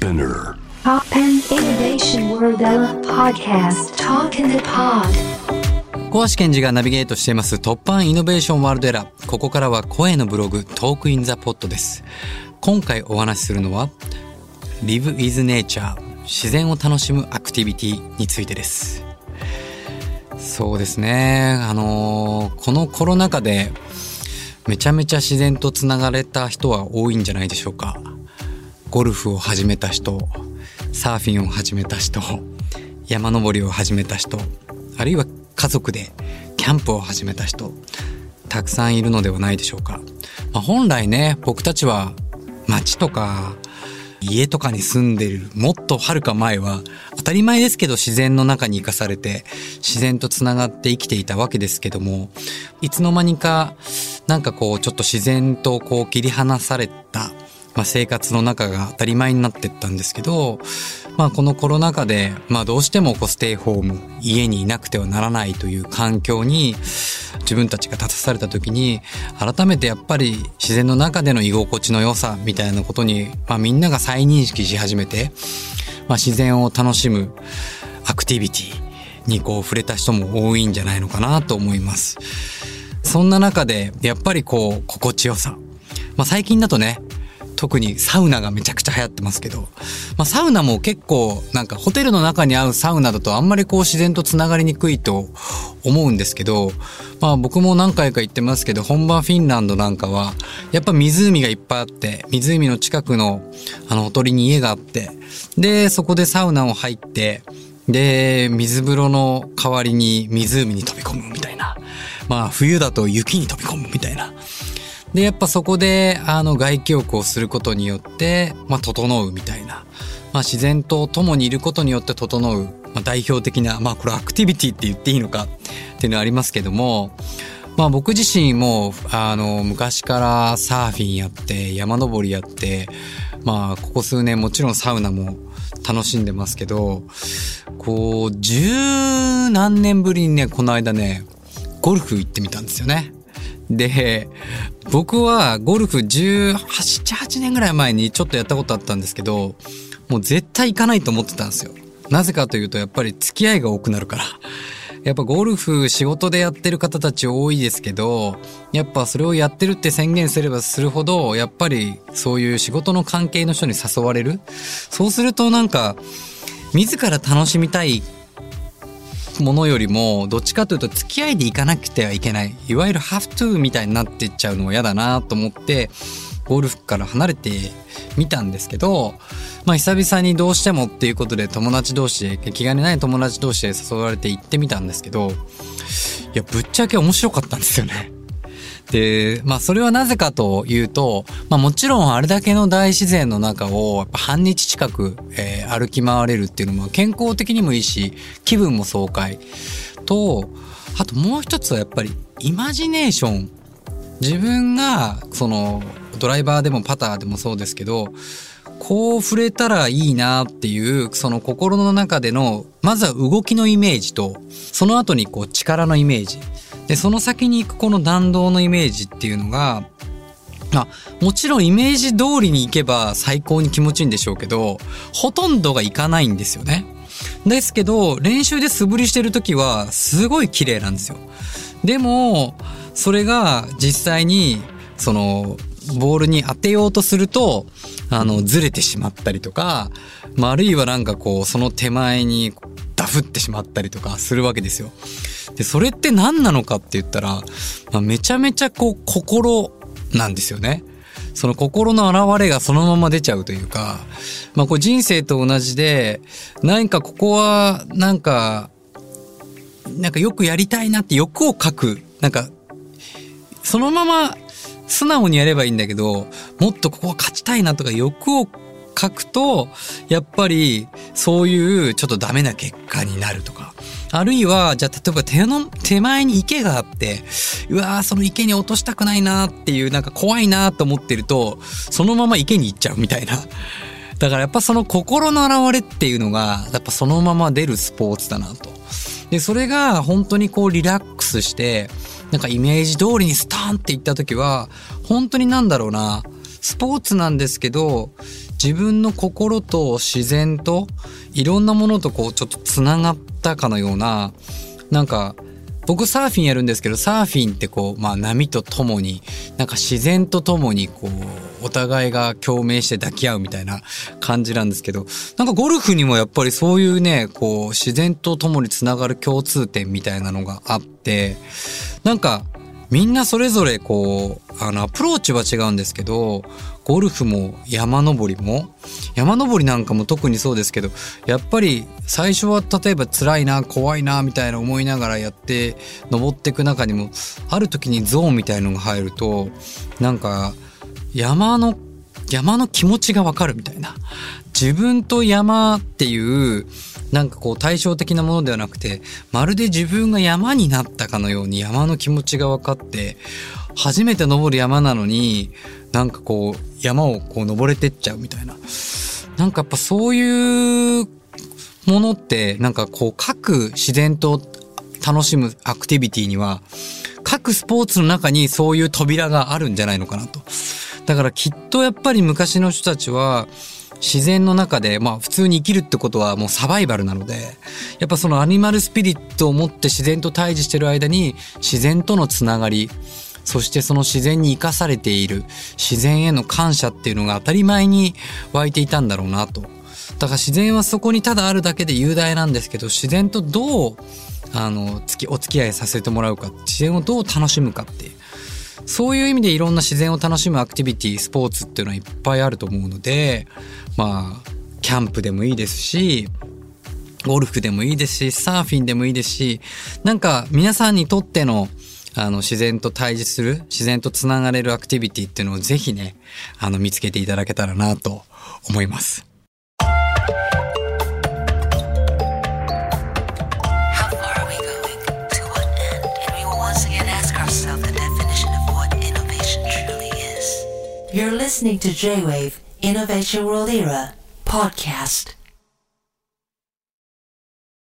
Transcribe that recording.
Spinner Poppen Innovation World Podcast Talk in the Pod 小橋健二がナビゲートしています突破イノベーションワールドエラー。ここからは声のブログトークインザポッドです。今回お話しするのは Live with Nature 自然を楽しむアクティビティについてです。そうですね、このコロナ禍でめちゃめちゃ自然とつながれた人は多いんじゃないでしょうか。ゴルフを始めた人、サーフィンを始めた人、山登りを始めた人、あるいは家族でキャンプを始めた人、たくさんいるのではないでしょうか。本来ね、僕たちは町とか家とかに住んでいるもっとはるか前は当たり前ですけど自然の中に生かされて自然とつながって生きていたわけですけども、いつの間にかなんかこうちょっと自然とこう切り離された、生活の中が当たり前になっていったんですけど、このコロナ禍でどうしてもステイホーム、家にいなくてはならないという環境に自分たちが立たされた時に、改めてやっぱり自然の中での居心地の良さみたいなことに、みんなが再認識し始めて、自然を楽しむアクティビティに触れた人も多いんじゃないのかなと思います。そんな中でやっぱり心地よさ、最近だとね、特にサウナがめちゃくちゃ流行ってますけど、サウナも結構なんかホテルの中に合うサウナだとあんまり自然とつながりにくいと思うんですけど、僕も何回か行ってますけど、本場フィンランドなんかはやっぱ湖がいっぱいあって、湖の近くのほとりに家があって、でそこでサウナを入って、で水風呂の代わりに湖に飛び込むみたいな、冬だと雪に飛び込むみたいな。でやっぱそこで外気浴をすることによって整うみたいな、自然と共にいることによって整う、代表的なこれアクティビティって言っていいのかっていうのはありますけども、僕自身も昔からサーフィンやって山登りやって、ここ数年もちろんサウナも楽しんでますけど、十何年ぶりにね、この間ねゴルフ行ってみたんですよね。で僕はゴルフ18年ぐらい前にちょっとやったことあったんですけど、もう絶対行かないと思ってたんですよ。なぜかというとやっぱり付き合いが多くなるから。やっぱゴルフ仕事でやってる方たち多いですけど、やっぱそれをやってるって宣言すればするほど、やっぱりそういう仕事の関係の人に誘われる。そうするとなんか自ら楽しみたいものよりもどっちかというと付き合いで行かなくてはいけない、いわゆるhave to みたいになっていっちゃうのは嫌だなと思ってゴルフから離れてみたんですけど、久々にどうしてもっていうことで友達同士で、気兼ねない友達同士で誘われて行ってみたんですけど、いやぶっちゃけ面白かったんですよね。でそれはなぜかというと、もちろんあれだけの大自然の中をやっぱ半日近く、歩き回れるっていうのも健康的にもいいし、気分も爽快と、あともう一つはやっぱりイマジネーション。自分がそのドライバーでもパターでもそうですけど、触れたらいいなっていうその心の中でのまずは動きのイメージと、その後に力のイメージで、その先に行くこの弾道のイメージっていうのが、もちろんイメージ通りに行けば最高に気持ちいいんでしょうけど、ほとんどが行かないんですよね。ですけど練習で素振りしてる時はすごい綺麗なんですよ。でもそれが実際にそのボールに当てようとするとずれてしまったりとか、あるいはなんかその手前にダフってしまったりとかするわけですよ。でそれって何なのかって言ったら、めちゃめちゃ心なんですよね。その心の表れがそのまま出ちゃうというか、人生と同じで、何かここはなんかよくやりたいなって欲を書く、そのまま素直にやればいいんだけど、もっとここは勝ちたいなとか欲を書くと、やっぱりそういうちょっとダメな結果になるとか、あるいはじゃあ例えば手前に池があって、その池に落としたくないなっていう、怖いなと思ってるとそのまま池に行っちゃうみたいな。だからやっぱその心の表れっていうのがやっぱそのまま出るスポーツだなと。でそれが本当にリラックスして、イメージ通りにスターンっていった時は、本当にスポーツなんですけど、 自分の心と自然といろんなものとこうちょっとつながったかのような、なんか僕サーフィンやるんですけど、サーフィンってこう、波とともに、なんか自然とともにこう、お互いが共鳴して抱き合うみたいな感じなんですけど、なんかゴルフにもやっぱりそういうね、こう、自然とともにつながる共通点みたいなのがあって、なんか、みんなそれぞれこう、アプローチは違うんですけど、ゴルフも山登りなんかも特にそうですけど、やっぱり最初は例えば辛いな、怖いな、みたいな思いながらやって登っていく中にも、ある時にゾーンみたいのが入ると、なんか山の気持ちがわかるみたいな。自分と山っていう、なんかこう対照的なものではなくて、まるで自分が山になったかのように山の気持ちが分かって、初めて登る山なのに、なんかこう山をこう登れてっちゃうみたいな。なんかやっぱそういうものって、なんかこう各自然と楽しむアクティビティには、各スポーツの中にそういう扉があるんじゃないのかなと。だからきっとやっぱり昔の人たちは、自然の中で、普通に生きるってことはもうサバイバルなので、やっぱそのアニマルスピリットを持って自然と対峙してる間に、自然とのつながり、そしてその自然に生かされている自然への感謝っていうのが当たり前に湧いていたんだろうなと。だから自然はそこにただあるだけで雄大なんですけど、自然とどうお付き合いさせてもらうか、自然をどう楽しむかっていう、そういう意味でいろんな自然を楽しむアクティビティ、スポーツっていうのはいっぱいあると思うので、キャンプでもいいですし、ゴルフでもいいですし、サーフィンでもいいですし、なんか皆さんにとっての自然と対峙する、自然とつながれるアクティビティっていうのをぜひね、見つけていただけたらなと思います。 You're listening to J-Wave Innovation World Era podcast.